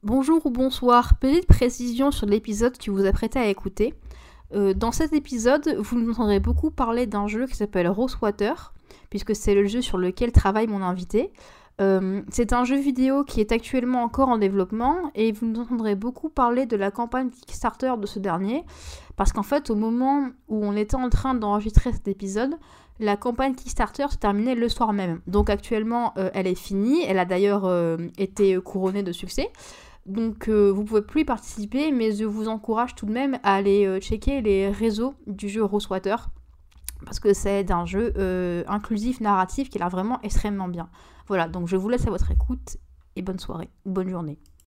Bonjour ou bonsoir, petite précision sur l'épisode que vous vous apprêtez à écouter. Dans cet épisode, vous nous entendrez beaucoup parler d'un jeu qui s'appelle Rosewater, puisque c'est le jeu sur lequel travaille mon invité. C'est un jeu vidéo qui est actuellement encore en développement, et vous nous entendrez beaucoup parler de la campagne Kickstarter de ce dernier, parce qu'en fait, au moment où on était en train d'enregistrer cet épisode, la campagne Kickstarter se terminait le soir même. Donc actuellement, elle est finie, elle a d'ailleurs été couronnée de succès. Donc vous pouvez plus y participer, mais je vous encourage tout de même à aller checker les réseaux du jeu Rosewater, parce que c'est un jeu inclusif, narratif, qui a l'air vraiment extrêmement bien. Voilà, donc je vous laisse à votre écoute, et bonne soirée, ou bonne journée.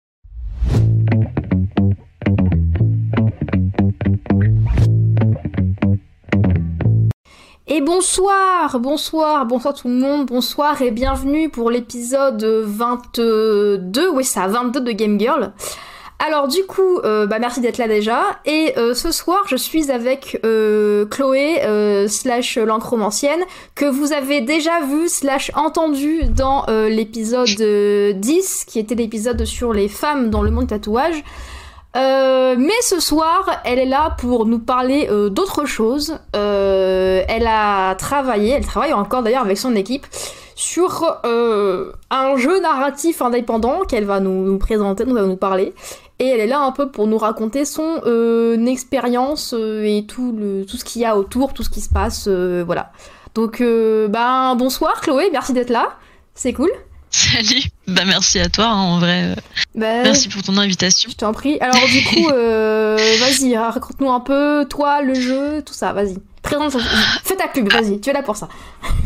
Et bonsoir tout le monde, bonsoir et bienvenue pour l'épisode 22, oui ça, 22 de Game Girl. Alors du coup, merci d'être là déjà, et ce soir je suis avec Chloé slash l'encromancienne, que vous avez déjà vu slash entendu dans l'épisode 10, qui était l'épisode sur les femmes dans le monde tatouage. Mais ce soir, elle est là pour nous parler d'autre chose. Elle travaille encore d'ailleurs avec son équipe sur un jeu narratif indépendant qu'elle va nous présenter, nous parler. Et elle est là un peu pour nous raconter son expérience et tout ce qu'il y a autour, tout ce qui se passe, voilà. Donc, bonsoir Chloé, merci d'être là, c'est cool. Salut, merci à toi en vrai. Merci pour ton invitation. Je t'en prie. Alors du coup, vas-y, raconte-nous un peu, toi, le jeu, tout ça, vas-y. Présente, fais ta pub, vas-y, tu es là pour ça.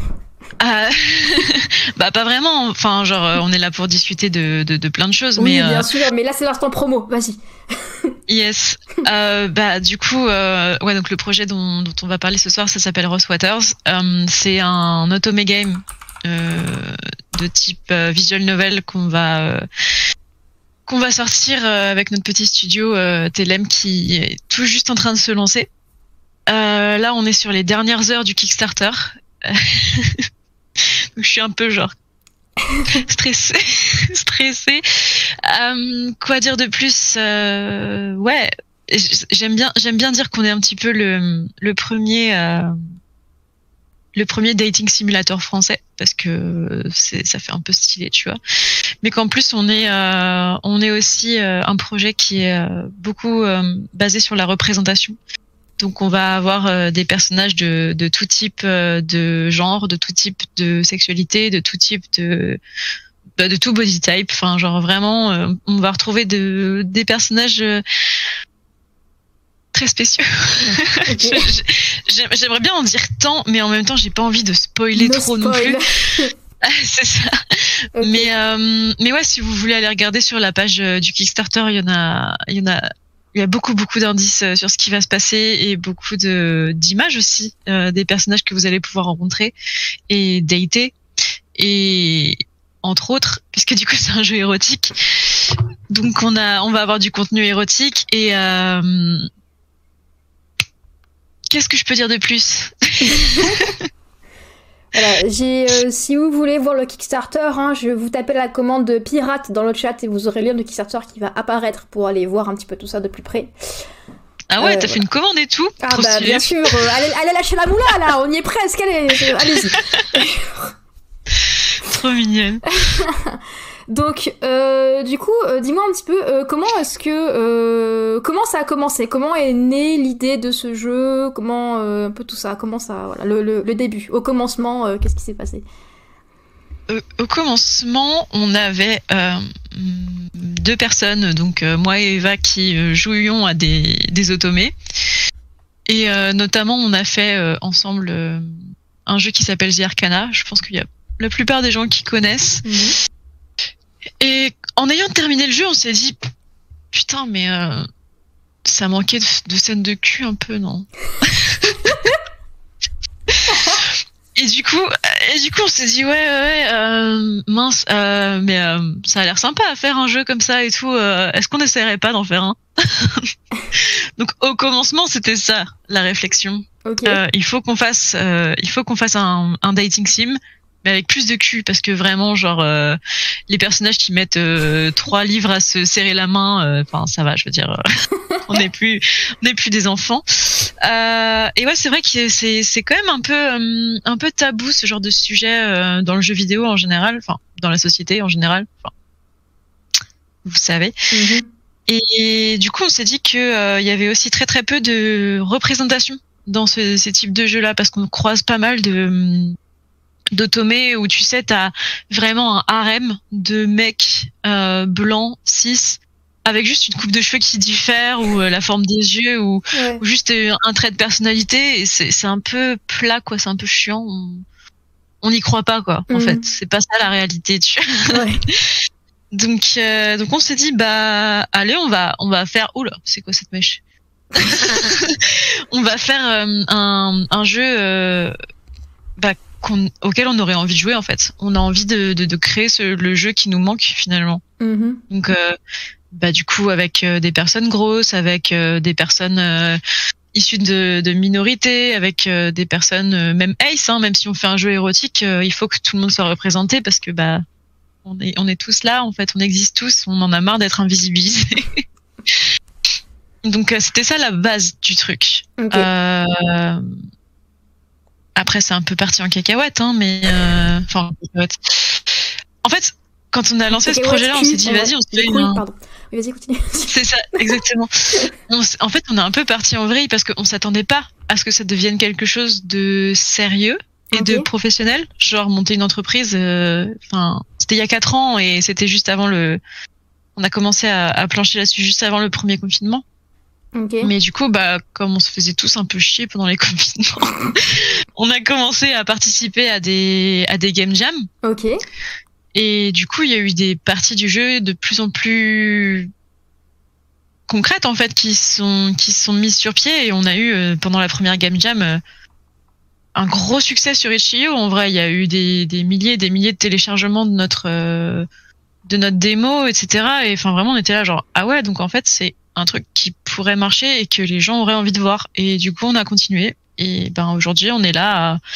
Pas vraiment, enfin genre on est là pour discuter de plein de choses. Oui, mais bien sûr, mais là c'est l'instant promo, vas-y. Yes. Du coup, donc le projet dont on va parler ce soir, ça s'appelle Rosewater. C'est un automé game de type visual novel qu'on va sortir avec notre petit studio Telem, qui est tout juste en train de se lancer. Là, on est sur les dernières heures du Kickstarter. Donc, je suis un peu genre stressée. Quoi dire de plus? J'aime bien dire qu'on est un petit peu le premier dating simulator français, parce que ça fait un peu stylé, tu vois. Mais qu'en plus on est aussi un projet qui est beaucoup basé sur la représentation. Donc on va avoir des personnages de tout type de genre, de tout type de sexualité, de tout type de tout body type. Enfin genre vraiment, on va retrouver des personnages très spéciaux. Okay. J'aimerais bien en dire tant, mais en même temps j'ai pas envie de spoiler trop non plus. C'est ça. Okay. Mais ouais, si vous voulez aller regarder sur la page du Kickstarter, il y a beaucoup d'indices sur ce qui va se passer, et beaucoup d'images aussi des personnages que vous allez pouvoir rencontrer et dater, et entre autres, puisque du coup c'est un jeu érotique, donc on va avoir du contenu érotique, et qu'est-ce que je peux dire de plus? Voilà, si vous voulez voir le Kickstarter, je vous taper la commande de pirate dans le chat et vous aurez le lien de Kickstarter qui va apparaître pour aller voir un petit peu tout ça de plus près. Ah ouais, t'as fait une commande et tout? Ah trop stylé. Bien sûr, allez lâcher la moula là, on y est presque, allez-y. Trop mignonne. Donc, du coup, dis-moi un petit peu, comment ça a commencé? Comment est née l'idée de ce jeu? Comment, un peu tout ça, comment ça, voilà, le début. Au commencement, qu'est-ce qui s'est passé? Au commencement, on avait deux personnes, donc moi et Eva, qui jouions à des automés. Et notamment, on a fait ensemble un jeu qui s'appelle The Arcana. Je pense qu'il y a la plupart des gens qui connaissent. Mm-hmm. Et en ayant terminé le jeu, on s'est dit putain, mais ça manquait de scènes de cul un peu, non? Et du coup, on s'est dit mince, mais ça a l'air sympa à faire un jeu comme ça et tout. Est-ce qu'on n'essaierait pas d'en faire un? Donc au commencement, c'était ça la réflexion. Okay. Il faut qu'on fasse un dating sim, mais avec plus de cul, parce que vraiment, genre, les personnages qui mettent 3 livres à se serrer la main, enfin, ça va, je veux dire, on n'est plus des enfants. Et ouais, c'est vrai que c'est quand même un peu tabou ce genre de sujet dans le jeu vidéo en général, enfin, dans la société en général, enfin, vous savez. Mhm. Et du coup, on s'est dit que y avait aussi très très peu de représentation dans ces types de jeux-là, parce qu'on croise pas mal d'otome où tu sais, t'as vraiment un harem de mecs blancs, cis, avec juste une coupe de cheveux qui diffère, ou la forme des yeux, ou juste un trait de personnalité. Et c'est un peu plat, quoi. C'est un peu chiant. On n'y croit pas, quoi. En fait, c'est pas ça la réalité. Ouais. Donc on s'est dit, bah allez, on va faire. Oula, c'est quoi cette mèche? On va faire un jeu auquel on aurait envie de jouer, en fait. On a envie de créer le jeu qui nous manque finalement. Donc du coup, avec des personnes grosses, avec des personnes issues de minorités, avec des personnes même ace, hein, même si on fait un jeu érotique, il faut que tout le monde soit représenté, parce que on est tous là, en fait, on existe tous, on en a marre d'être invisibilisés. Donc c'était ça la base du truc. Okay. Après, c'est un peu parti en cacahuète, hein, mais enfin, en fait, quand on a lancé ce projet-là, on s'est dit, vas-y, on se fait Pardon. Oui, vas-y, continue. C'est ça, exactement. En fait, on est un peu parti en vrille, parce qu'on s'attendait pas à ce que ça devienne quelque chose de sérieux et de professionnel, genre monter une entreprise. Enfin, c'était il y a 4 ans, et c'était juste avant on a commencé à plancher là-dessus juste avant le premier confinement. Mais du coup, comme on se faisait tous un peu chier pendant les confinements, on a commencé à participer à des game jams. Et du coup, il y a eu des parties du jeu de plus en plus concrètes, en fait, qui sont mises sur pied. Et on a eu, pendant la première game jam, un gros succès sur itch.io. En vrai, il y a eu des milliers et des milliers de téléchargements de notre démo, etc. Et enfin, vraiment, on était là genre, ah ouais, donc en fait, c'est un truc qui pourrait marcher et que les gens auraient envie de voir. Et du coup, on a continué. Et aujourd'hui, on est là à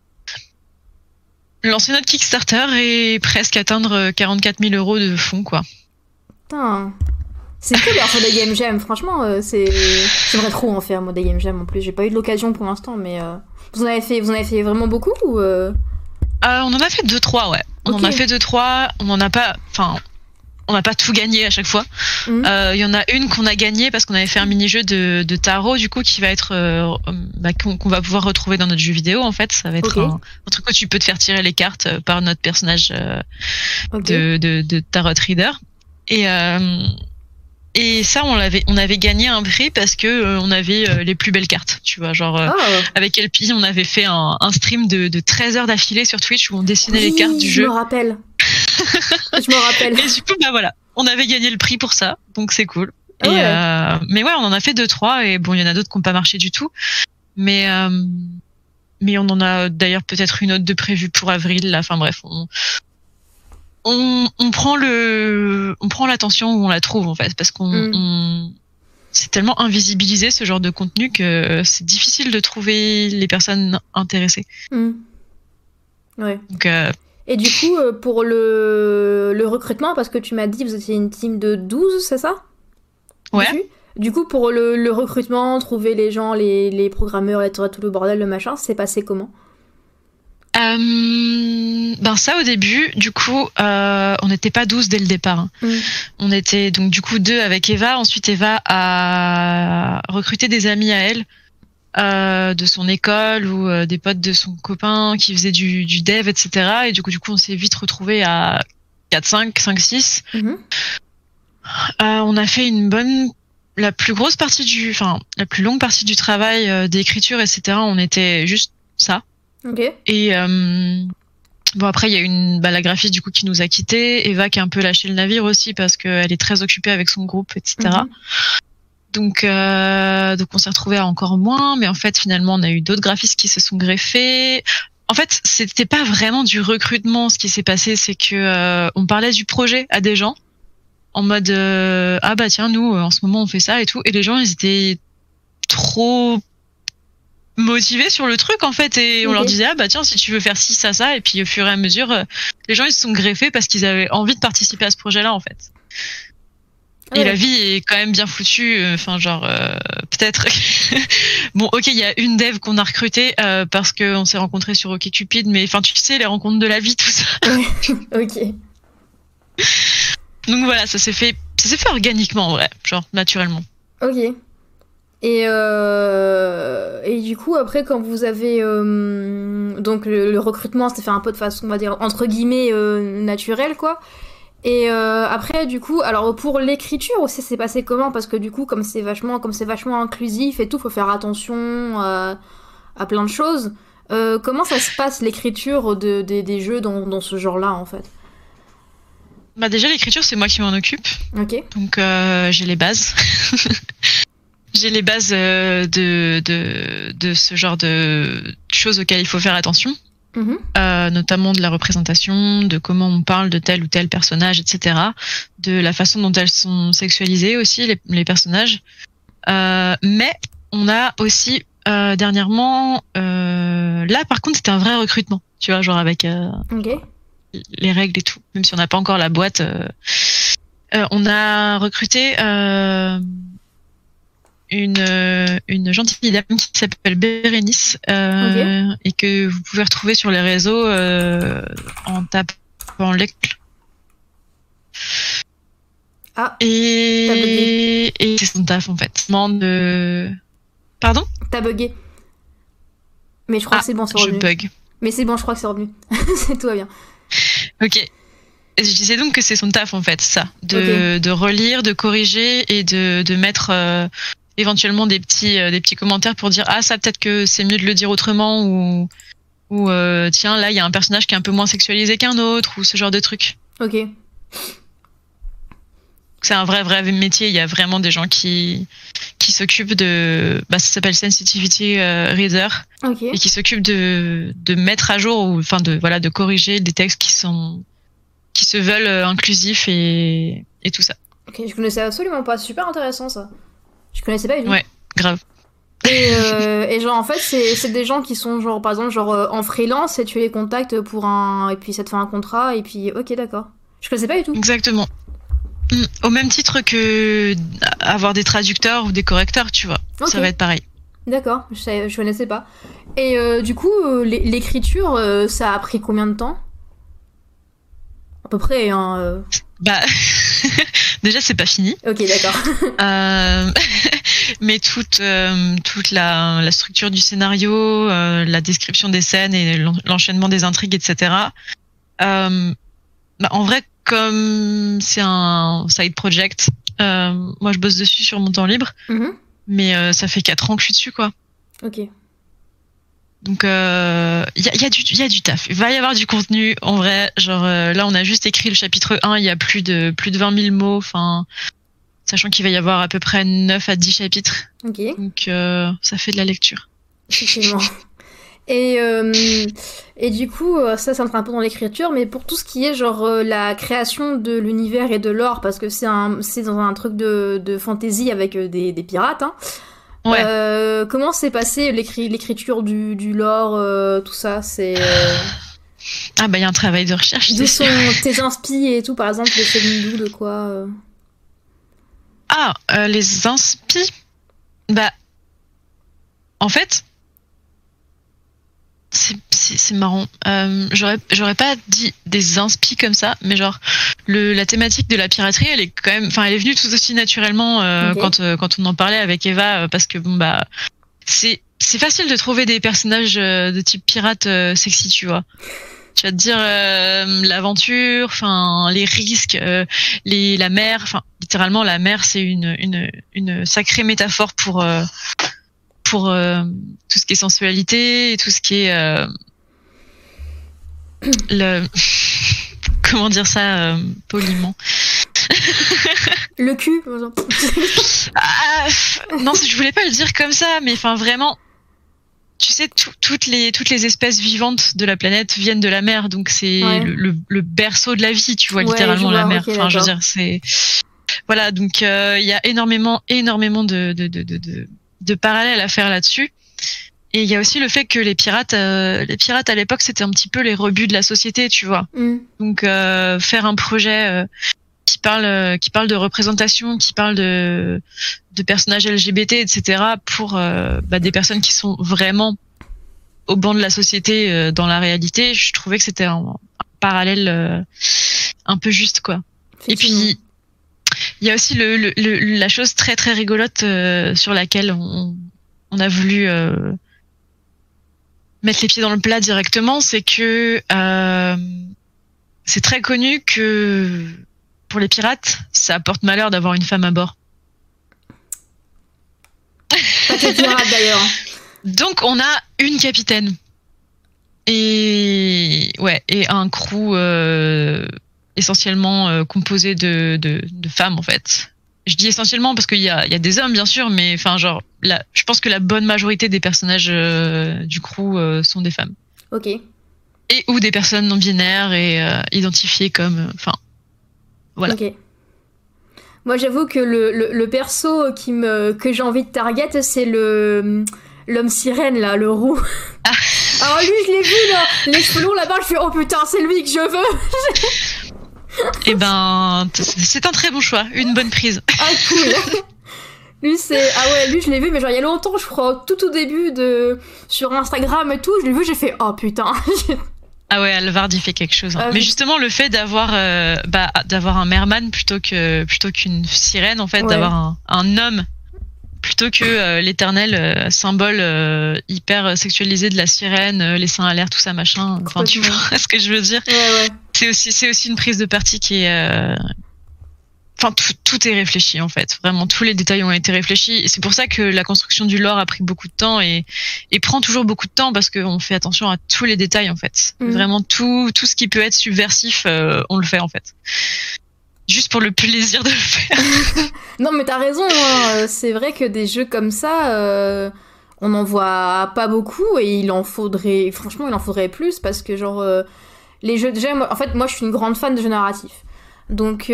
lancer notre Kickstarter et presque atteindre 44 000 € de fonds, quoi. Putain. C'est cool d'avoir fait des game jam, franchement, j'aimerais trop en faire, moi, des game jam en plus. J'ai pas eu de l'occasion pour l'instant, mais vous en avez fait vraiment beaucoup, ou on en a fait 2-3, ouais. On en a fait 2-3, on n'a pas tout gagné à chaque fois. Y en a une qu'on a gagnée parce qu'on avait fait un mini-jeu de tarot, du coup, qui va être qu'on va pouvoir retrouver dans notre jeu vidéo, en fait. Ça va être un truc où tu peux te faire tirer les cartes par notre personnage de tarot reader. Et ça, on avait gagné un prix parce que on avait les plus belles cartes, tu vois, genre avec Elpi, on avait fait un stream de 13 heures d'affilée sur Twitch où on dessinait les cartes du jeu. Je me rappelle. Et du coup, voilà, on avait gagné le prix pour ça, donc c'est cool. Mais ouais, on en a fait 2-3, et bon, il y en a d'autres qui n'ont pas marché du tout. Mais on en a d'ailleurs peut-être une autre de prévue pour avril, là. Enfin bref, on prend l'attention où on la trouve, en fait, parce qu'on c'est tellement invisibilisé, ce genre de contenu, que c'est difficile de trouver les personnes intéressées. Ouais. Donc, et du coup, pour le recrutement, parce que tu m'as dit que vous étiez une team de 12, c'est ça? Ouais. Du coup, pour le recrutement, trouver les gens, les programmeurs, tout le bordel, le machin, c'est passé comment? Ça, au début, du coup, on n'était pas 12 dès le départ. Hein. On était donc du coup 2 avec Eva. Ensuite, Eva a recruté des amis à elle, de son école, ou des potes de son copain qui faisaient du dev, etc. Et du coup, on s'est vite retrouvés à 4, 5, 6. On a fait la plus longue partie du travail d'écriture, etc. On était juste ça. Et après, il y a la graphiste du coup qui nous a quittés, Eva qui a un peu lâché le navire aussi parce qu'elle est très occupée avec son groupe, etc. Donc on s'est retrouvés à encore moins, mais en fait finalement on a eu d'autres graphistes qui se sont greffés. En fait, c'était pas vraiment du recrutement. Ce qui s'est passé, c'est que on parlait du projet à des gens en mode tiens, nous en ce moment on fait ça et tout, et les gens ils étaient trop motivés sur le truc en fait, et on leur disait ah bah tiens, si tu veux faire ci, ça, et puis au fur et à mesure, les gens ils se sont greffés parce qu'ils avaient envie de participer à ce projet-là en fait. Et la vie est quand même bien foutue, enfin genre peut-être bon ok, il y a une dev qu'on a recrutée parce que on s'est rencontrés sur OkCupid, mais enfin tu sais, les rencontres de la vie, tout ça. Ok. Donc voilà, ça s'est fait organiquement en vrai, genre naturellement. Ok. Et du coup, après, quand vous avez... donc, le recrutement, c'était fait un peu de façon, on va dire, entre guillemets, naturelle, quoi. Et après, du coup, alors, pour l'écriture aussi, c'est passé comment? Parce que, du coup, comme c'est vachement inclusif et tout, faut faire attention à plein de choses. Comment ça se passe, l'écriture des jeux dans ce genre-là, en fait? Bah déjà, l'écriture, c'est moi qui m'en occupe. Ok. Donc, j'ai les bases. J'ai les bases de ce genre de choses auxquelles il faut faire attention, notamment de la représentation, de comment on parle de tel ou tel personnage, etc. De la façon dont elles sont sexualisées aussi, les personnages. Mais on a aussi dernièrement... là, par contre, c'était un vrai recrutement, tu vois, genre avec les règles et tout. Même si on n'a pas encore la boîte, on a recruté... une gentille dame qui s'appelle Bérénice et que vous pouvez retrouver sur les réseaux en tapant l'école. Ah, et c'est son taf en fait. Pardon ? T'as bugué. Mais je crois que c'est bon, c'est revenu. Je bug. Mais c'est bon, je crois que c'est revenu. C'est tout va bien. Ok. Je disais donc que c'est son taf en fait, ça. De relire, de corriger et de mettre... éventuellement des petits commentaires pour dire ah ça peut-être que c'est mieux de le dire autrement, ou tiens là il y a un personnage qui est un peu moins sexualisé qu'un autre, ou ce genre de truc. Ok. C'est un vrai métier, il y a vraiment des gens qui s'occupent de ça s'appelle sensitivity reader, et qui s'occupent de mettre à jour, ou enfin de corriger des textes qui se veulent inclusifs et tout ça. Ok, je connaissais absolument pas, super intéressant ça. Je connaissais pas du tout. Ouais, grave. Et genre en fait c'est des gens qui sont genre par exemple genre en freelance, et tu les contactes et puis ça te fait un contrat, et puis ok d'accord. Je connaissais pas du tout. Exactement. Au même titre que avoir des traducteurs ou des correcteurs, tu vois. Ça va être pareil. D'accord, je connaissais pas. Et du coup l'écriture ça a pris combien de temps? À peu près hein. Déjà c'est pas fini. Ok d'accord. Mais toute la structure du scénario, la description des scènes et l'enchaînement des intrigues, etc. En vrai, comme c'est un side project, moi je bosse dessus sur mon temps libre, mais ça fait 4 ans que je suis dessus, quoi. Ok. Donc y a du taf. Il va y avoir du contenu en vrai. Genre là on a juste écrit le chapitre 1, il y a plus de 20 000 mots, enfin sachant qu'il va y avoir à peu près 9 à 10 chapitres. Ok. Donc ça fait de la lecture. Effectivement. Et du coup, ça entre un peu dans l'écriture, mais pour tout ce qui est genre la création de l'univers et de l'or, parce que c'est dans un truc de fantasy avec des pirates, hein. Ouais. Comment s'est passé l'écriture du lore, tout ça, c'est... Ah bah il y a un travail de recherche. Tes inspi et tout, par exemple, les Seven de quoi les inspi. Bah, en fait, c'est marrant. J'aurais pas dit des inspi comme ça, mais genre la thématique de la piraterie, elle est quand même, enfin, elle est venue tout aussi naturellement quand on en parlait avec Eva, parce que bon bah c'est facile de trouver des personnages de type pirate sexy, tu vois. Tu vas te dire l'aventure, enfin les risques, la mer, enfin littéralement la mer c'est une sacrée métaphore pour tout ce qui est sensualité et tout ce qui est comment dire ça poliment. Le cul, par exemple. Non, je voulais pas le dire comme ça, mais enfin vraiment. Tu sais, toutes les espèces vivantes de la planète viennent de la mer, donc c'est le berceau de la vie, tu vois, littéralement la mer. Enfin, je veux dire, c'est voilà, donc il y a énormément de parallèles à faire là-dessus. Et il y a aussi le fait que les pirates à l'époque, c'était un petit peu les rebuts de la société, tu vois. Donc faire un projet qui parle de représentation, qui parle de personnages LGBT, etc. pour des personnes qui sont vraiment au banc de la société dans la réalité, je trouvais que c'était un parallèle un peu juste, quoi. Et puis il y a aussi la chose très très rigolote sur laquelle on a voulu mettre les pieds dans le plat directement, c'est que c'est très connu que pour les pirates, ça apporte malheur d'avoir une femme à bord. Pas que les pirates d'ailleurs. Donc on a une capitaine et un crew essentiellement composé de femmes en fait. Je dis essentiellement parce qu'il y a des hommes bien sûr, mais enfin genre je pense que la bonne majorité des personnages du crew sont des femmes. Ok. Et ou des personnes non binaires et identifiées comme voilà. Ok. Moi j'avoue que le perso que j'ai envie de target, c'est l'homme sirène là, le roux. Ah. Alors lui je l'ai vu là, les cheveux longs là-bas, je fais oh putain c'est lui que je veux. Eh ben c'est un très bon choix, une bonne prise. Ah cool. Lui je l'ai vu mais genre il y a longtemps, je crois tout au début sur Instagram et tout, je l'ai vu, j'ai fait oh putain. Ah ouais, Alvard il fait quelque chose. Mais justement le fait d'avoir un merman plutôt qu'une sirène en fait, d'avoir un homme plutôt que l'éternel symbole hyper sexualisé de la sirène, les seins à l'air, tout ça machin. Enfin tu vois ce que je veux dire. Ouais. C'est aussi une prise de parti qui est enfin tout est réfléchi en fait, vraiment tous les détails ont été réfléchis et c'est pour ça que la construction du lore a pris beaucoup de temps et prend toujours beaucoup de temps parce qu'on fait attention à tous les détails en fait. Vraiment tout ce qui peut être subversif, on le fait en fait. Juste pour le plaisir de le faire. Non mais t'as raison, hein. C'est vrai que des jeux comme ça, on n'en voit pas beaucoup et il en faudrait plus parce que genre les jeux déjà, en fait moi je suis une grande fan de jeux narratifs. Donc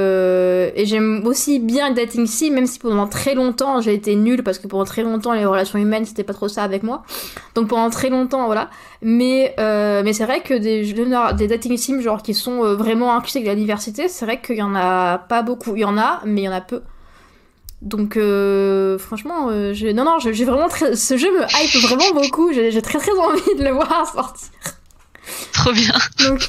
et j'aime aussi bien le dating sim, même si pendant très longtemps j'ai été nulle parce que pendant très longtemps les relations humaines c'était pas trop ça avec moi. Donc pendant très longtemps voilà. Mais c'est vrai que des dating sims genre qui sont vraiment inclusifs avec la diversité, c'est vrai qu'il y en a pas beaucoup. Il y en a, mais il y en a peu. Donc franchement, j'ai vraiment ce jeu me hype vraiment beaucoup. J'ai très très envie de le voir sortir. Trop bien. Donc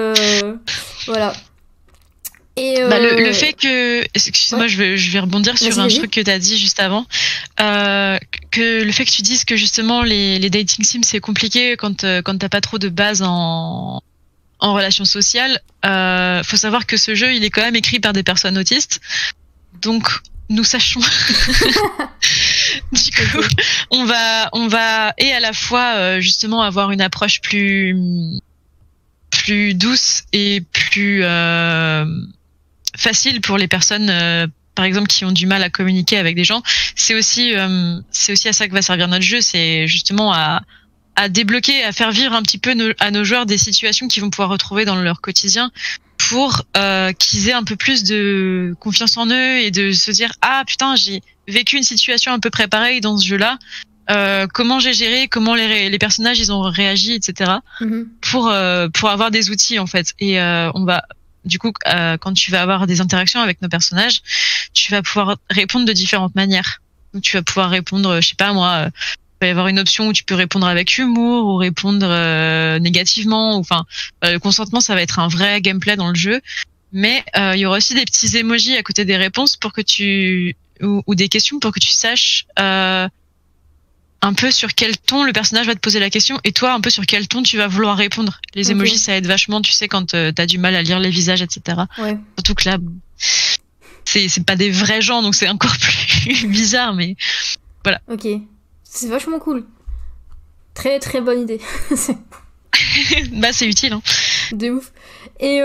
voilà. Et le fait que, excuse-moi, je vais rebondir sur un truc que t'as dit juste avant, que le fait que tu dises que justement les dating sims c'est compliqué quand t'as pas trop de base en relations sociales. Faut savoir que ce jeu il est quand même écrit par des personnes autistes, donc nous sachons. Du coup, on va et à la fois justement avoir une approche plus douce et plus facile pour les personnes par exemple qui ont du mal à communiquer avec des gens. C'est aussi à ça que va servir notre jeu, c'est justement à débloquer, à faire vivre un petit peu à nos joueurs des situations qu'ils vont pouvoir retrouver dans leur quotidien pour qu'ils aient un peu plus de confiance en eux et de se dire ah putain j'ai vécu une situation à peu près pareille dans ce jeu-là. Comment j'ai géré, comment les personnages ils ont réagi, etc. Pour avoir des outils en fait. Et on va du coup quand tu vas avoir des interactions avec nos personnages, tu vas pouvoir répondre de différentes manières. Donc tu vas pouvoir répondre, je sais pas moi, il va y avoir une option où tu peux répondre avec humour ou répondre négativement. Enfin, le consentement ça va être un vrai gameplay dans le jeu. Mais il y aura aussi des petits emojis à côté des réponses pour que ou des questions pour que tu saches un peu sur quel ton le personnage va te poser la question et toi un peu sur quel ton tu vas vouloir répondre. Les emojis ça aide vachement, tu sais, quand t'as du mal à lire les visages, etc. Ouais. Surtout que là c'est pas des vrais gens donc c'est encore plus bizarre, mais voilà. Ok, c'est vachement cool, très très bonne idée. Bah c'est utile hein. De ouf. Et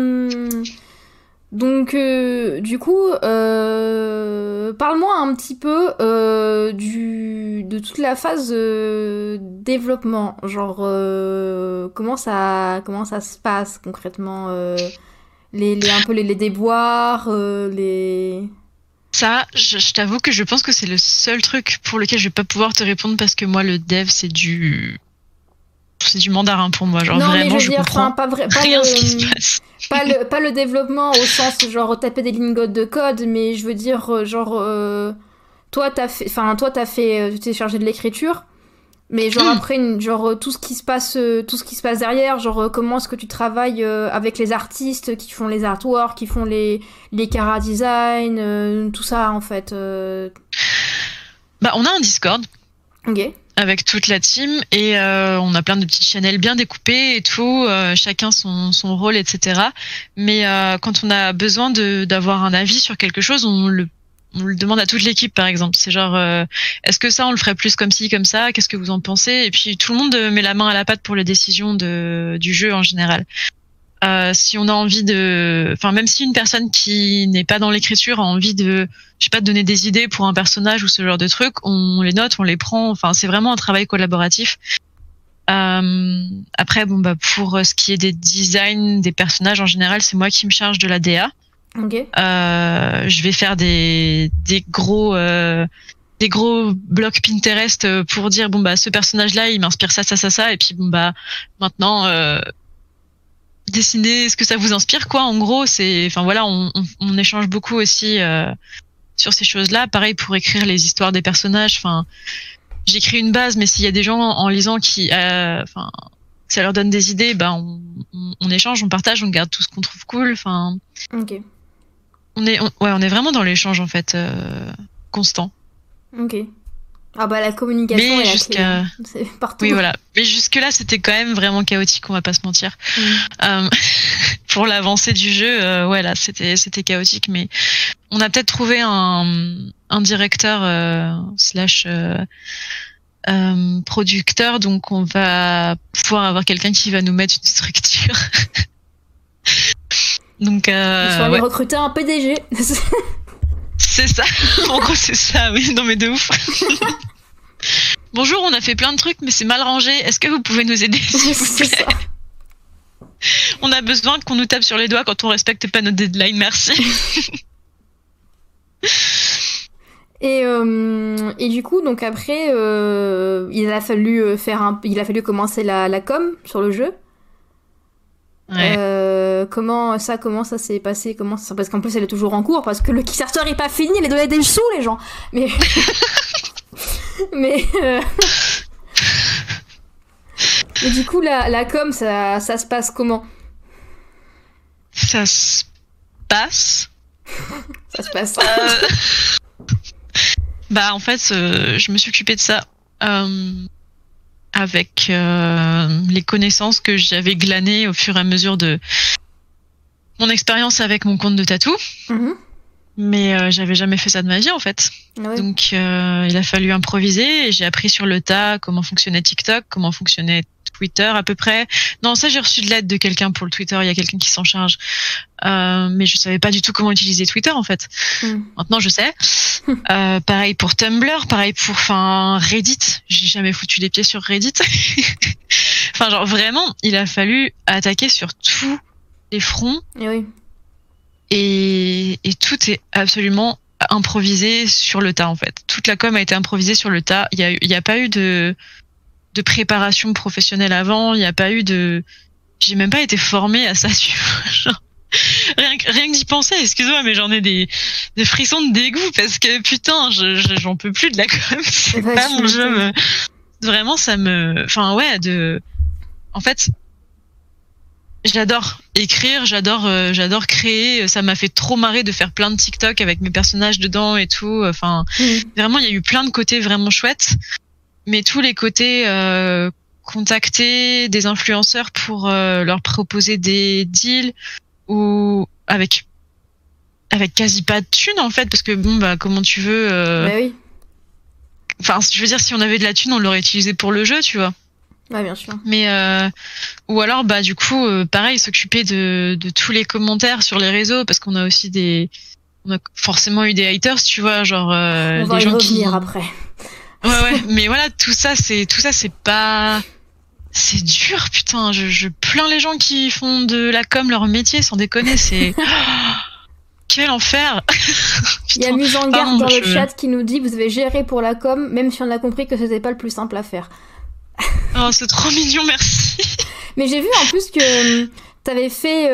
donc du coup parle-moi un petit peu de toute la phase développement, genre comment ça se passe concrètement, un peu les déboires, les... Ça, je t'avoue que je pense que c'est le seul truc pour lequel je vais pas pouvoir te répondre parce que moi, le dev, c'est du mandarin pour moi. Genre, non, vraiment, mais je comprends pas rien ce qui se passe. Pas le développement au sens genre taper des lignes de code, mais je veux dire toi t'as fait tu t'es chargé de l'écriture, mais genre après tout ce qui se passe derrière, genre comment est-ce que tu travailles avec les artistes qui font les artworks, qui font les chara design, tout ça en fait. Bah on a un Discord. Ok. Avec toute la team et on a plein de petites channels bien découpées et tout, chacun son rôle, etc. Mais quand on a besoin d'avoir un avis sur quelque chose, on le demande à toute l'équipe, par exemple. C'est genre, est-ce que ça, on le ferait plus comme ci, comme ça? Qu'est-ce que vous en pensez? Et puis tout le monde met la main à la pâte pour les décisions du jeu en général. Si on a envie même si une personne qui n'est pas dans l'écriture a envie de donner des idées pour un personnage ou ce genre de truc, on les note, on les prend. Enfin, c'est vraiment un travail collaboratif. Après, pour ce qui est des designs des personnages en général, c'est moi qui me charge de la DA. Okay. Je vais faire des gros blocs Pinterest pour dire ce personnage-là, il m'inspire ça, et puis maintenant. Dessiner ce que ça vous inspire, quoi. En gros, on échange beaucoup aussi sur ces choses-là. Pareil pour écrire les histoires des personnages. Enfin, j'écris une base, mais s'il y a des gens en lisant qui, ça leur donne des idées, on échange, on partage, on garde tout ce qu'on trouve cool. Enfin, ok. On est vraiment dans l'échange en fait, constant. Ok. Ah la communication est la clé. C'est partout. Oui, voilà. Mais jusque-là, c'était quand même vraiment chaotique, on va pas se mentir. Pour l'avancée du jeu, là, c'était chaotique, mais on a peut-être trouvé un directeur / producteur, donc on va pouvoir avoir quelqu'un qui va nous mettre une structure. Donc, il faut aller recruter un PDG. C'est ça. En gros, c'est ça, oui. Non, mais de ouf. Bonjour, on a fait plein de trucs, mais c'est mal rangé. Est-ce que vous pouvez nous aider, s'il vous plaît? Ça. On a besoin qu'on nous tape sur les doigts quand on respecte pas notre deadline. Merci. Et du coup, donc après, il a fallu commencer la com sur le jeu. Ouais. Comment ça s'est passé, parce qu'en plus elle est toujours en cours parce que le Kickstarter est pas fini, il a donné des sous les gens, mais mais du coup la com ça se passe comment? Ça se passe en fait je me suis occupée de ça avec les connaissances que j'avais glanées au fur et à mesure de mon expérience avec mon compte de tatou. Mais j'avais jamais fait ça de ma vie en fait. Ouais. Donc il a fallu improviser et j'ai appris sur le tas comment fonctionnait TikTok, comment fonctionnait Twitter à peu près. Non, ça j'ai reçu de l'aide de quelqu'un pour le Twitter, il y a quelqu'un qui s'en charge. Mais je savais pas du tout comment utiliser Twitter en fait. Maintenant je sais. Pareil pour Tumblr, pareil pour Reddit. J'ai jamais foutu les pieds sur Reddit. Vraiment, il a fallu attaquer sur tous les fronts. Et oui. Et tout est absolument improvisé sur le tas en fait. Toute la com a été improvisée sur le tas. Il y a pas eu de préparation professionnelle avant. Il y a pas eu j'ai même pas été formée à ça. Tu vois, genre, rien que d'y penser. Excuse-moi, mais j'en ai des frissons de dégoût parce que putain, j'en peux plus de la com. C'est pas mon jeu. Vraiment, ça me. En fait. J'adore écrire, j'adore créer. Ça m'a fait trop marrer de faire plein de TikTok avec mes personnages dedans et tout. Vraiment, il y a eu plein de côtés vraiment chouettes. Mais tous les côtés contacter des influenceurs pour leur proposer des deals ou avec quasi pas de thunes en fait, parce que comment tu veux. Bah oui. Je veux dire, si on avait de la thune, on l'aurait utilisé pour le jeu, tu vois. Ouais, bien sûr. Mais ou alors du coup pareil, s'occuper de tous les commentaires sur les réseaux parce qu'on a aussi on a forcément eu des haters, tu vois, genre on va des gens revenir après. Ouais, mais voilà, tout ça c'est pas, c'est dur, putain, je plains les gens qui font de la com leur métier, sans déconner, c'est quel enfer. Il y a Musangar dans le chat qui nous dit: vous avez géré pour la com, même si on a compris que c'était pas le plus simple à faire. Oh, c'est trop mignon, merci. Mais j'ai vu en plus que t'avais fait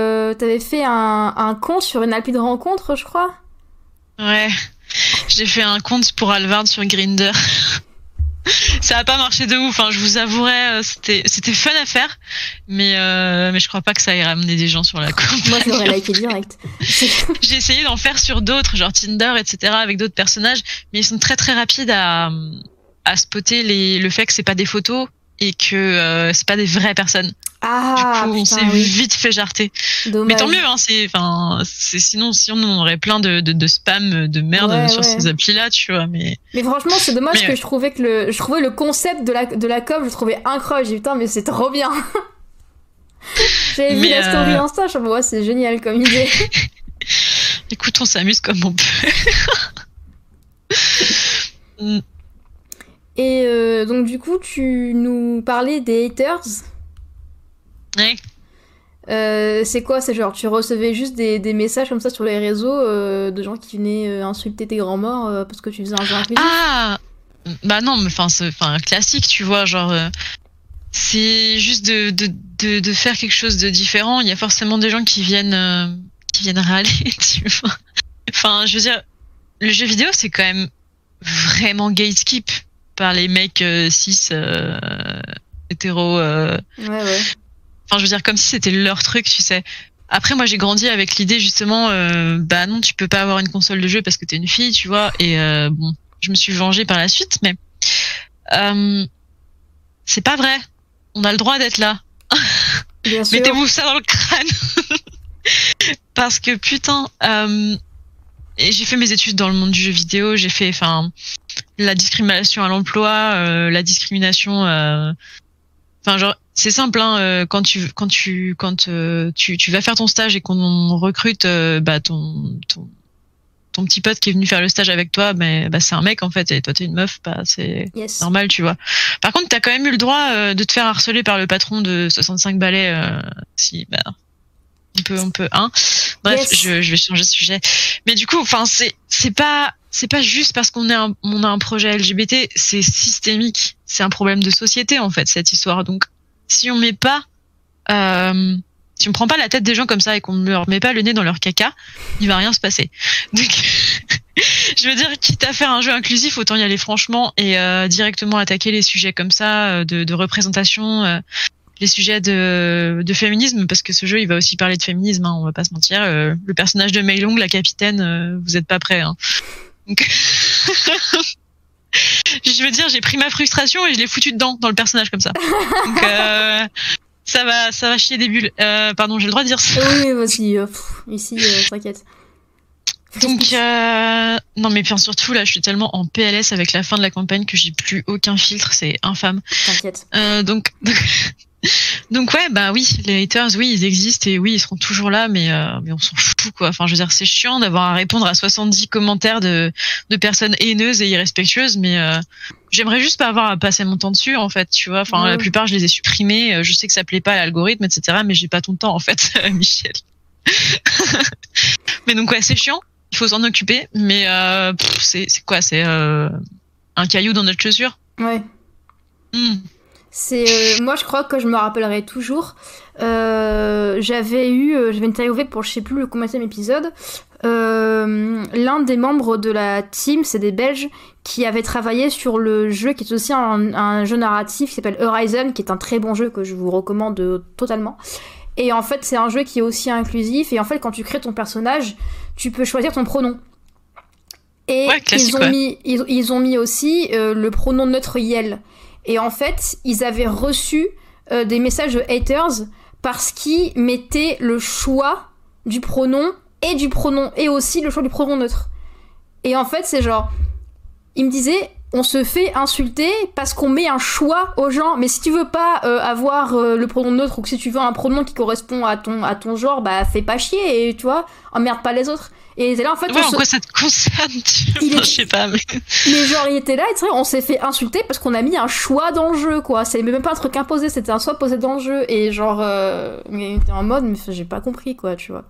un compte sur une appli de rencontre, je crois. Ouais, j'ai fait un compte pour Alvard sur Grindr. Ça a pas marché de ouf, hein, je vous avouerai, c'était fun à faire, mais je crois pas que ça ait ramené des gens sur la compte. Moi, je l'aurais liké direct. J'ai essayé d'en faire sur d'autres, genre Tinder, etc., avec d'autres personnages, mais ils sont très très rapides à spotter le fait que c'est pas des photos et que c'est pas des vraies personnes. Ah, du coup, on s'est vite fait jarter. Dommage. Mais tant mieux, hein, sinon on aurait plein de spam de merde sur ces applis-là, tu vois. Mais franchement, c'est dommage que je trouvais le concept de la com, je trouvais incroyable. J'ai dit, putain, mais c'est trop bien. J'avais vu la story Insta, je me ouais, c'est génial comme idée. Écoute, on s'amuse comme on peut. Et donc du coup, tu nous parlais des haters. Ouais. C'est quoi? C'est genre tu recevais juste des messages comme ça sur les réseaux de gens qui venaient insulter tes grands morts parce que tu faisais un jeu inclusif? Ah bah non, mais c'est classique, tu vois, genre c'est juste de faire quelque chose de différent. Il y a forcément des gens qui viennent râler, tu vois. Enfin, je veux dire, le jeu vidéo c'est quand même vraiment gatekeep par les mecs cis hétéros. Ouais. Enfin, je veux dire, comme si c'était leur truc, tu sais. Après, moi, j'ai grandi avec l'idée, justement, bah non, tu peux pas avoir une console de jeu parce que t'es une fille, tu vois. Et bon, je me suis vengée par la suite, mais c'est pas vrai. On a le droit d'être là. Mettez-vous ça dans le crâne. Parce que, putain, et j'ai fait mes études dans le monde du jeu vidéo, j'ai fait, la discrimination à l'emploi, la discrimination... genre, c'est simple, hein, quand tu vas faire ton stage et qu'on recrute ton petit pote qui est venu faire le stage avec toi, c'est un mec en fait, et toi t'es une meuf, c'est normal, tu vois. Par contre, t'as quand même eu le droit de te faire harceler par le patron de 65 balais, si on peut, hein. Bref, je vais changer de sujet. Mais du coup, c'est pas juste parce qu'on a un projet LGBT, c'est systémique. C'est un problème de société, en fait, cette histoire. Donc, si on prend pas la tête des gens comme ça et qu'on ne leur met pas le nez dans leur caca, il va rien se passer. Donc, je veux dire, quitte à faire un jeu inclusif, autant y aller franchement et directement attaquer les sujets comme ça, de représentation, les sujets de féminisme, parce que ce jeu, il va aussi parler de féminisme, hein, on va pas se mentir. Le personnage de Mei Long, la capitaine, vous êtes pas prêts, hein. Donc... je veux dire, j'ai pris ma frustration et je l'ai foutu dedans, dans le personnage, comme ça. Donc, ça va chier des bulles. Pardon, j'ai le droit de dire ça. Oui, vas-y, ici, t'inquiète. Donc, non, mais bien surtout, là, je suis tellement en PLS avec la fin de la campagne que j'ai plus aucun filtre, c'est infâme. T'inquiète. Donc ouais, bah oui, les haters, oui, ils existent et oui, ils seront toujours là, mais on s'en fout, quoi. Enfin, je veux dire, c'est chiant d'avoir à répondre à 70 commentaires de personnes haineuses et irrespectueuses, mais j'aimerais juste pas avoir à passer mon temps dessus, en fait, tu vois. Enfin, la plupart, je les ai supprimés. Je sais que ça plaît pas à l'algorithme, etc., mais j'ai pas ton temps, en fait, Michel. Mais donc ouais, c'est chiant. Il faut s'en occuper, mais c'est quoi? C'est un caillou dans notre chaussure. Ouais. C'est moi, je crois que je me rappellerai toujours. J'avais interviewé pour je sais plus le combienième épisode l'un des membres de la team, c'est des Belges qui avaient travaillé sur le jeu qui est aussi un jeu narratif qui s'appelle Horizon, qui est un très bon jeu que je vous recommande totalement. Et en fait, c'est un jeu qui est aussi inclusif. Et en fait, quand tu crées ton personnage, tu peux choisir ton pronom. Et ouais, classique, ils ont mis aussi le pronom neutre Yel. Et en fait, ils avaient reçu des messages de haters parce qu'ils mettaient le choix du pronom et aussi le choix du pronom neutre. Et en fait, c'est genre... Ils me disaient, on se fait insulter parce qu'on met un choix aux gens. Mais si tu veux pas avoir le pronom neutre ou que si tu veux un pronom qui correspond à ton genre, bah fais pas chier et tu vois, emmerde pas les autres. Et là, en fait, en quoi ça te concerne, je sais pas, mais... Mais genre, il était là, et on s'est fait insulter parce qu'on a mis un choix dans le jeu, quoi. C'est même pas un truc imposé, c'était un choix posé dans le jeu. Et genre, mais t'es en mode, mais j'ai pas compris, quoi, tu vois.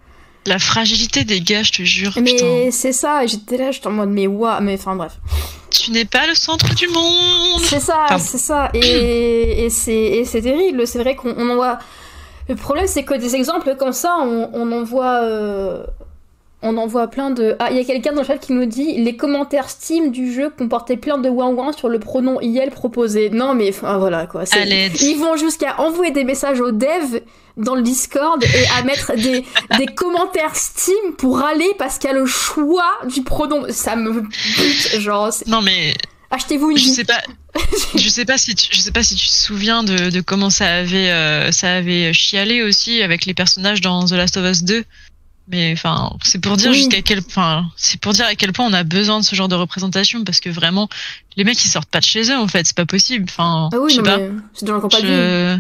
La fragilité des gars, je te jure. Mais putain. c'est ça, j'étais là, j'étais en mode mais ouah, mais enfin bref. Tu n'es pas le centre du monde. C'est ça, Pardon. c'est ça. Et c'est terrible, c'est vrai qu'on en voit. Le problème, c'est que des exemples comme ça, on en voit. On en voit plein de... Ah, il y a quelqu'un dans le chat qui nous dit « Les commentaires Steam du jeu comportaient plein de ouin sur le pronom IL proposé. » Non, mais enfin, voilà, quoi. Ils vont jusqu'à envoyer des messages aux devs dans le Discord et à mettre des commentaires Steam pour râler parce qu'il y a le choix du pronom. Ça me bute, genre... Non, mais... Achetez-vous une... Je sais pas si tu te souviens de comment ça avait chialé aussi avec les personnages dans The Last of Us 2. Mais enfin, c'est pour dire à quel point on a besoin de ce genre de représentation, parce que vraiment, les mecs ils sortent pas de chez eux en fait, c'est pas possible. Enfin, ah oui, je sais pas. C'est dans le compagnie.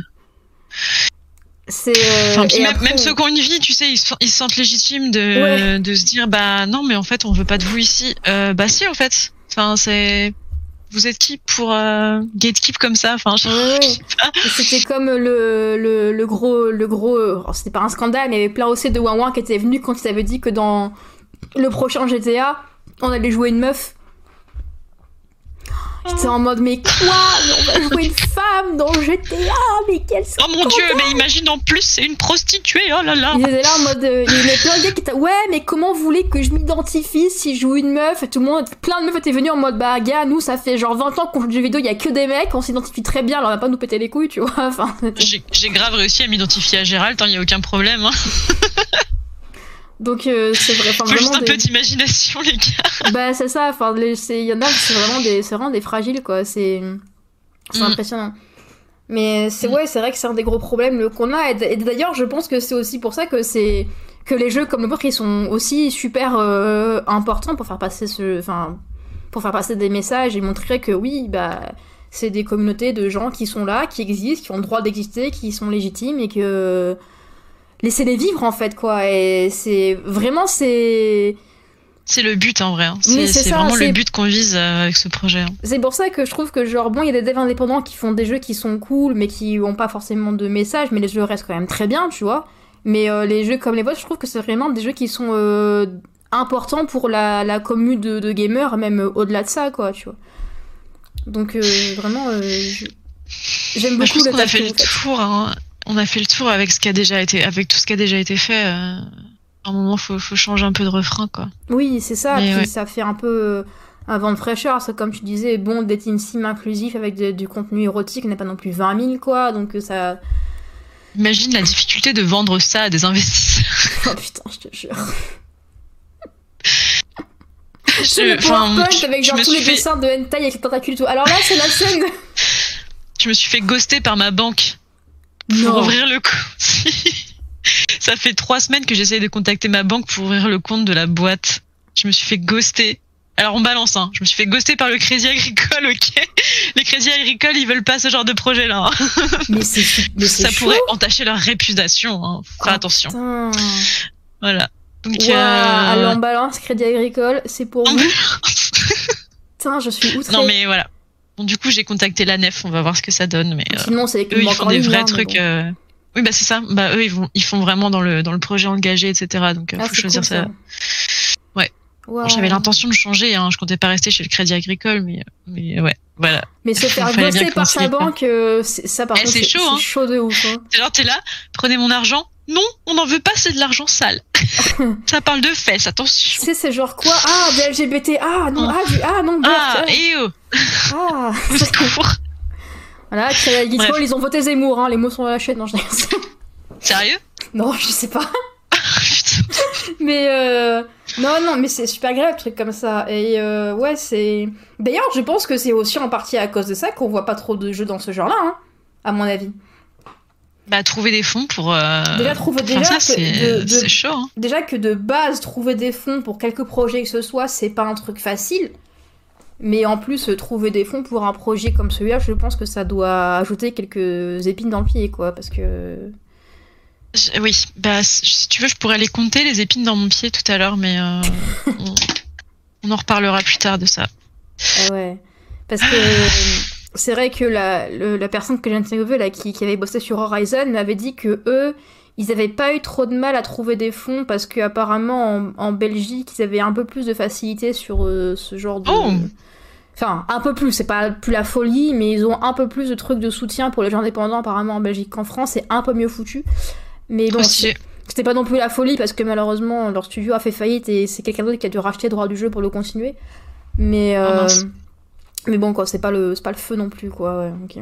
Même ceux qui ont une vie, tu sais, ils se sentent légitimes de se dire bah non, mais en fait, on veut pas de vous ici. Bah si, en fait. Enfin, vous êtes qui pour gatekeep comme ça? Enfin, je sais pas. C'était comme le gros c'était pas un scandale, mais il y avait plein aussi de ouin qui étaient venus quand ils avaient dit que dans le prochain GTA, on allait jouer une meuf. J'étais en mode mais quoi? Mais on va jouer une femme dans GTA, mais quel scandale! Oh mon dieu, mais imagine en plus c'est une prostituée, oh là là! Ils étaient là en mode, il y avait plein de gars qui étaient ouais, mais comment vous voulez que je m'identifie si je joue une meuf? Et tout le monde, plein de meufs étaient venus en mode bah gars, nous ça fait genre 20 ans qu'on joue des jeux vidéo, il y a que des mecs, on s'identifie très bien, alors on va pas nous péter les couilles, tu vois. Enfin, j'ai grave réussi à m'identifier à Gérald, il y a aucun problème. Hein. Donc c'est vrai. Faut juste un peu d'imagination, les gars. Bah c'est ça. Enfin, il y en a, c'est vraiment des fragiles, quoi. C'est impressionnant. Mais c'est vrai que c'est un des gros problèmes qu'on a. Et d'ailleurs, je pense que c'est aussi pour ça que les jeux comme le vôtre, ils sont aussi super importants pour faire passer pour faire passer des messages et montrer que oui, bah c'est des communautés de gens qui sont là, qui existent, qui ont le droit d'exister, qui sont légitimes et que laissez-les vivre en fait, quoi. Et c'est le but en vrai. C'est vraiment le but qu'on vise avec ce projet. Hein. C'est pour ça que je trouve que genre bon, il y a des devs indépendants qui font des jeux qui sont cool mais qui ont pas forcément de message, mais les jeux restent quand même très bien, tu vois. Mais les jeux comme les vôtres, je trouve que c'est vraiment des jeux qui sont importants pour la commu de gamers, même au-delà de ça, quoi, tu vois. Donc vraiment j'aime beaucoup le fait le tour. Hein. On a fait le tour avec tout ce qui a déjà été fait. À un moment, faut changer un peu de refrain, quoi. Oui, c'est ça. Puis ça fait un peu un vent de fraîcheur. C'est comme tu disais, bon, des teen sims inclusifs avec du contenu érotique, on n'est pas non plus 20 000, quoi. Donc ça. Imagine la difficulté de vendre ça à des investisseurs. Oh putain, je te jure. Le PowerPoint avec genre tous les dessins de hentai avec les tentacules et tout. Alors là, c'est la scène. Je me suis fait ghoster par ma banque. Pour ouvrir le compte. Ça fait 3 semaines que j'essaye de contacter ma banque pour ouvrir le compte de la boîte. Je me suis fait ghoster. Alors on balance, hein. Je me suis fait ghoster par le Crédit Agricole, ok. Les Crédits Agricoles, ils veulent pas ce genre de projet-là. Hein. Mais ça pourrait entacher leur réputation. Hein. Fais attention. Putain. Voilà. Donc, alors on balance Crédit Agricole, c'est pour vous. Putain, je suis outrée. Non mais voilà. Bon, du coup, j'ai contacté la nef, on va voir ce que ça donne. Mais sinon, c'est eux, ils font des vrais trucs. Bon. Oui, bah c'est ça. Bah eux, ils font vraiment dans le projet engagé, etc. Donc, faut choisir cool, ça. Ouais. Wow. Bon, j'avais l'intention de changer. Hein. Je comptais pas rester chez le Crédit Agricole, mais ouais, voilà. Mais se faire gosser par sa banque, ça par contre, c'est chaud. Hein. C'est chaud de ouf. Hein. Genre, t'es là, prenez mon argent. Non, on n'en veut pas, c'est de l'argent sale. Ça parle de fesses, attention. Tu sais, c'est genre quoi? Ah, des LGBT. Ah, non, non, Ah, c'est court. Voilà, Crédit Agricole, ils ont voté Zemmour, hein, les mots sont à la chaîne. Non, je dis Sérieux? Non, je sais pas. Mais non, mais c'est super grave, truc comme ça. Et ouais, c'est. D'ailleurs, je pense que c'est aussi en partie à cause de ça qu'on voit pas trop de jeux dans ce genre-là, hein, à mon avis. Bah, trouver des fonds pour. C'est chaud. Hein. Déjà que de base, trouver des fonds pour quelques projets que ce soit, c'est pas un truc facile. Mais en plus, trouver des fonds pour un projet comme celui-là, je pense que ça doit ajouter quelques épines dans le pied, quoi, parce que. Oui, bah, si tu veux, je pourrais les compter, les épines dans mon pied tout à l'heure, mais on en reparlera plus tard de ça. Ah ouais. Parce que. C'est vrai que la personne que j'ai interviewée là, qui avait bossé sur Horizon m'avait dit que eux, ils avaient pas eu trop de mal à trouver des fonds parce qu'apparemment en Belgique, ils avaient un peu plus de facilité sur ce genre de... Enfin, un peu plus, c'est pas plus la folie, mais ils ont un peu plus de trucs de soutien pour les gens indépendants apparemment en Belgique qu'en France, c'est un peu mieux foutu. Mais bon, c'était pas non plus la folie parce que malheureusement leur studio a fait faillite et c'est quelqu'un d'autre qui a dû racheter le droit du jeu pour le continuer. Mais mais bon quoi, c'est pas le feu non plus quoi. Ouais, ok.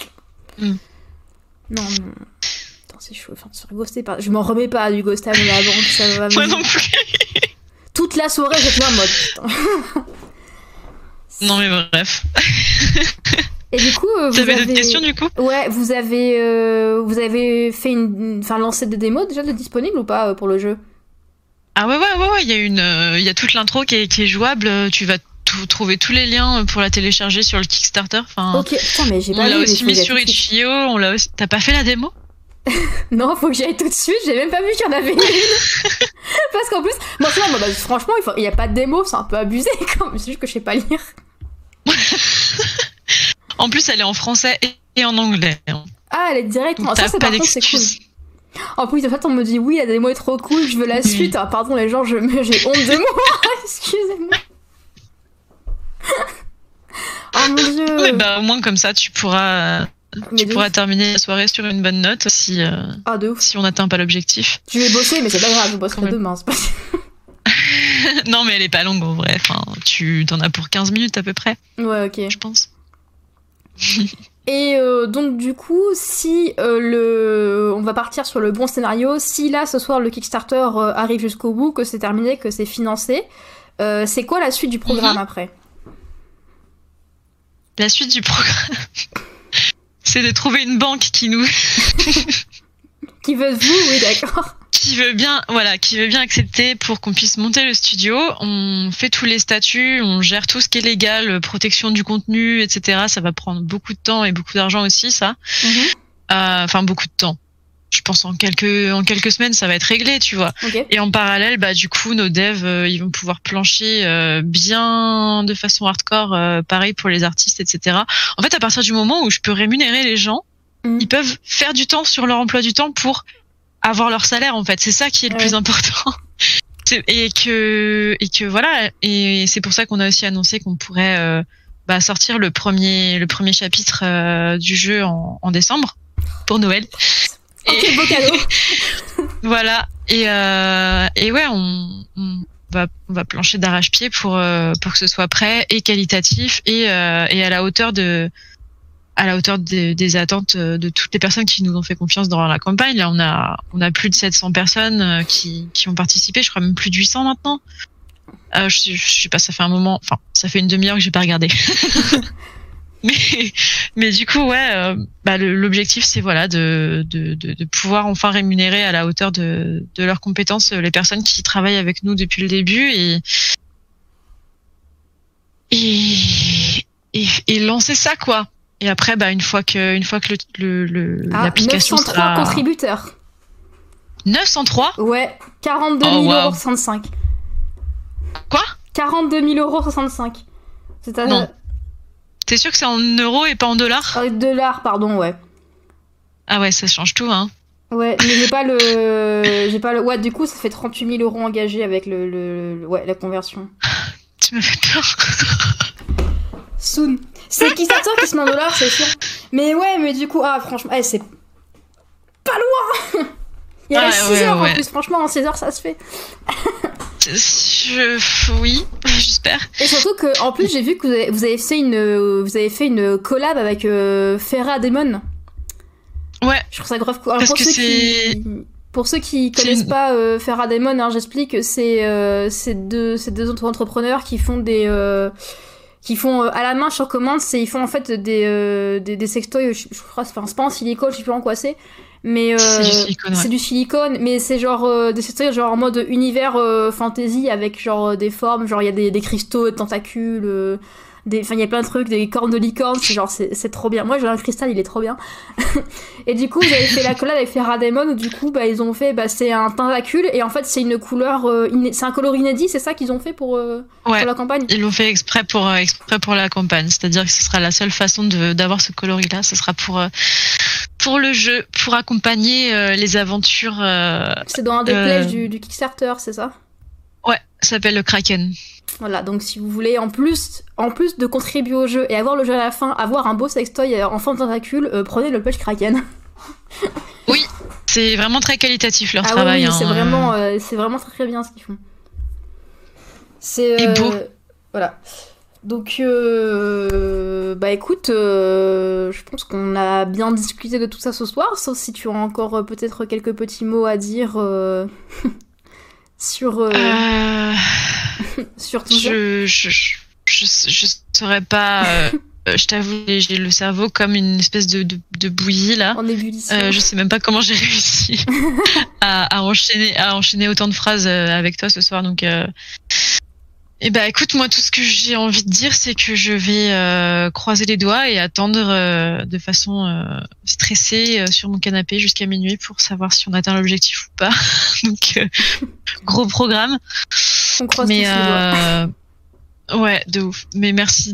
Non. Attends, c'est chaud. Enfin, se faire ghoster par... Je m'en remets pas du ghostage avant que ça va. Moi non plus. Toute la soirée j'étais en mode putain. Non mais bref. Et du coup, vous avez d'autres questions du coup ? Ouais, vous avez fait lancé des démos déjà de disponibles ou pas pour le jeu ? Ah ouais, il y a toute l'intro qui est jouable. Tu vas trouver tous les liens pour la télécharger sur le Kickstarter. Enfin, ok, putain, mais j'ai pas vu. On l'a aussi mis sur itch.io. T'as pas fait la démo ? Non, faut que j'y aille tout de suite. J'ai même pas vu qu'il y en avait une. Parce qu'en plus, moi, franchement, il y a pas de démo, c'est un peu abusé quand même. C'est juste que je sais pas lire. En plus, elle est en français et en anglais. Ah, elle est directement. Ça, c'est par contre, c'est cool. En plus, en fait, on me dit oui, la démo est trop cool, je veux la suite. Ah, pardon, les gens, j'ai honte de moi. Excusez-moi. Oh mon dieu. Ouais, bah, au moins, comme ça, tu pourras terminer la soirée sur une bonne note si on n'atteint pas l'objectif. Je vais bosser, mais c'est pas grave, je bosserai demain. C'est pas... Non, mais elle est pas longue en vrai. Enfin, tu t'en as pour 15 minutes à peu près. Ouais, ok. Je pense. Et donc du coup, si on va partir sur le bon scénario, si là ce soir le Kickstarter arrive jusqu'au bout, que c'est terminé, que c'est financé, c'est quoi la suite du programme après ? La suite du programme, c'est de trouver une banque qui nous... qui veut vous, oui d'accord. Qui veut bien accepter pour qu'on puisse monter le studio. On fait tous les statuts, on gère tout ce qui est légal, protection du contenu, etc. Ça va prendre beaucoup de temps et beaucoup d'argent aussi, ça. Enfin, beaucoup de temps. Je pense en quelques semaines, ça va être réglé, tu vois. Okay. Et en parallèle, bah du coup, nos devs, ils vont pouvoir plancher bien de façon hardcore, pareil pour les artistes, etc. En fait, à partir du moment où je peux rémunérer les gens, ils peuvent faire du temps sur leur emploi du temps pour avoir leur salaire, en fait. C'est ça qui est le plus important. Et que voilà. Et c'est pour ça qu'on a aussi annoncé qu'on pourrait sortir le premier chapitre du jeu en décembre pour Noël. Quel beau cadeau. Voilà. Et ouais, on va plancher d'arrache-pied pour que ce soit prêt et qualitatif et à la hauteur des attentes de toutes les personnes qui nous ont fait confiance dans la campagne. Là, on a plus de 700 personnes qui ont participé. Je crois même plus de 800 maintenant. Je sais pas, ça fait un moment. Enfin, ça fait une demi-heure que j'ai pas regardé. mais du coup, ouais, l'objectif, c'est voilà de pouvoir enfin rémunérer à la hauteur de leurs compétences les personnes qui travaillent avec nous depuis le début et lancer ça, quoi. Et après, une fois que l'application 903 sera... contributeurs. 903 ? Ouais, 42 000,65 €. Quoi ? 42 000,65 €. C'est-à-dire... Non. T'es sûr que c'est en euros et pas en dollars ? Dollars, pardon, ouais. Ah ouais, ça change tout, hein. Ouais, mais j'ai pas le... Ouais, du coup, ça fait 38 000 € engagés avec la conversion. Tu me fais peur. Soon. C'est Kickstarter qui se met en dollars, c'est sûr. Mais ouais, mais du coup, franchement, c'est pas loin. Il reste 6 heures en plus, franchement, en 6 heures, ça se fait. Oui, j'espère. Et surtout que, en plus, j'ai vu que vous avez fait une collab avec Ferra Demon. Ouais. Je trouve ça grave cool. Alors, pour ceux qui connaissent pas Ferra Demon, hein, j'explique que c'est deux autres entrepreneurs qui font à la main sur commande, ils font en fait des sextoys, je crois, c'est pas en silicone, je sais plus en quoi c'est, mais c'est du silicone, mais c'est genre des sextoys genre en mode univers fantasy avec genre des formes, genre il y a des cristaux, des tentacules, enfin il y a plein de trucs, des cornes de licorne, c'est trop bien. Moi j'ai un cristal, il est trop bien. Et du coup j'avais fait la collab avec Ferra Demon où du coup ils ont fait c'est un tentacule et en fait c'est une couleur c'est un color inédit, c'est ça qu'ils ont fait pour la campagne. Ils l'ont fait exprès pour la campagne, c'est-à-dire que ce sera la seule façon d'avoir ce coloris là, ce sera pour le jeu, pour accompagner les aventures. C'est dans un des pledges du Kickstarter, c'est ça? Ouais, ça s'appelle le Kraken. Voilà, donc si vous voulez, en plus de contribuer au jeu et avoir le jeu à la fin, avoir un beau sextoy en forme de tentacule, prenez le pledge Kraken. Oui, c'est vraiment très qualitatif leur travail. Oui, c'est vraiment très très bien ce qu'ils font. Et beau. Voilà. Donc, écoute, je pense qu'on a bien discuté de tout ça ce soir, sauf si tu as encore peut-être quelques petits mots à dire sur sur tout ça. Je saurais pas. Je t'avoue, j'ai le cerveau comme une espèce de bouillie là. En ébullition. Je sais même pas comment j'ai réussi à enchaîner autant de phrases avec toi ce soir. Donc, écoute, moi tout ce que j'ai envie de dire, c'est que je vais croiser les doigts et attendre de façon stressée sur mon canapé jusqu'à minuit pour savoir si on atteint l'objectif ou pas. Donc, gros programme. On croise tous les doigts. Ouais, de ouf. Mais merci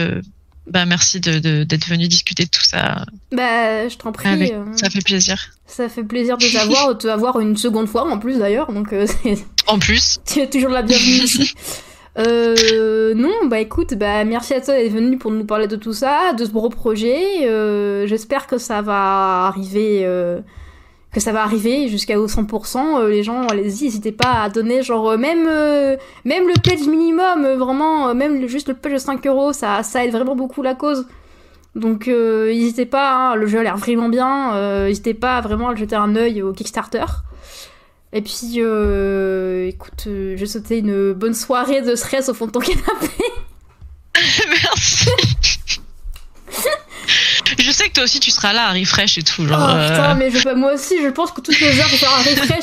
d'être venu discuter de tout ça. Je t'en prie. Ça fait plaisir. Ça fait plaisir de te avoir une seconde fois en plus d'ailleurs. Donc, en plus. Tu es toujours la bienvenue ici. Non, écoute, merci à toi d'être venu pour nous parler de tout ça, de ce gros projet. J'espère que ça va arriver. Que ça va arriver jusqu'à 100%, les gens, allez-y, n'hésitez pas à donner, genre, même le pledge minimum, vraiment, même juste le pledge de 5€, ça aide vraiment beaucoup la cause. Donc, n'hésitez pas, hein, le jeu a l'air vraiment bien, n'hésitez pas vraiment à jeter un œil au Kickstarter. Et puis, écoute, je vais souhaiter une bonne soirée de stress au fond de ton canapé. Merci. Je sais que toi aussi tu seras là à refresh et tout. Genre, putain, mais moi aussi, je pense que toutes les heures, je vais faire un refresh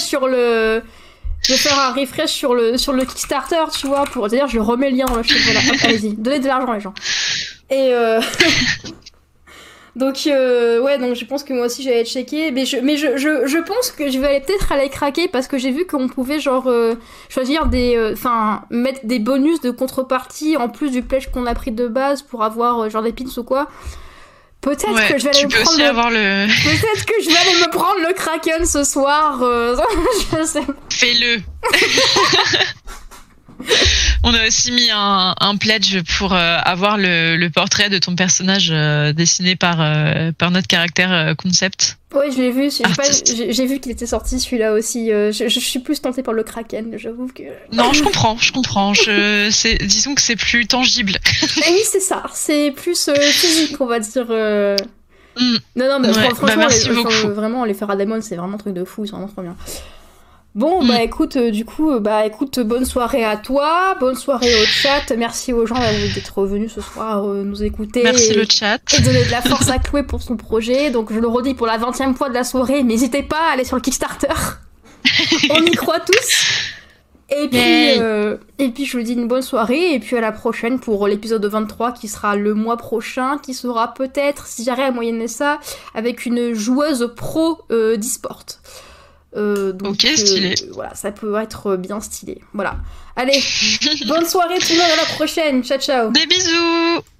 sur le Kickstarter, tu vois, pour dire, je remets le lien dans le chat. Voilà, hop, allez-y, donnez de l'argent, les gens. Et donc, donc je pense que moi aussi j'allais checker, mais je pense que je vais peut-être aller craquer parce que j'ai vu qu'on pouvait genre choisir mettre des bonus de contrepartie en plus du pledge qu'on a pris de base pour avoir genre des pins ou quoi. Peut-être que je vais aller Peut-être que je vais aller me prendre le Kraken ce soir. Je sais pas. Fais-le. On a aussi mis un pledge pour avoir le portrait de ton personnage dessiné par notre caractère concept. Oui, je l'ai vu. J'ai vu qu'il était sorti celui-là aussi. Je suis plus tentée par le Kraken, j'avoue que. Non, je comprends. Disons que c'est plus tangible. Et oui, c'est ça. C'est plus physique, on va dire. Non, mais franchement, merci beaucoup. Vraiment, les Farademon, c'est vraiment un truc de fou. C'est vraiment trop bien. Bon, écoute, écoute, bonne soirée à toi, bonne soirée au chat, merci aux gens d'être venus ce soir nous écouter. Merci le chat. Et donner de la force à Chloé pour son projet, donc je le redis pour la 20e fois de la soirée, n'hésitez pas à aller sur le Kickstarter, on y croit tous. Et puis je vous dis une bonne soirée, et puis à la prochaine pour l'épisode 23 qui sera le mois prochain, qui sera peut-être, si j'arrive à moyenner ça, avec une joueuse pro d'e-sport. Ok, stylé. Voilà, ça peut être bien stylé. Voilà. Allez, bonne soirée tout le monde, à la prochaine. Ciao, ciao. Des bisous.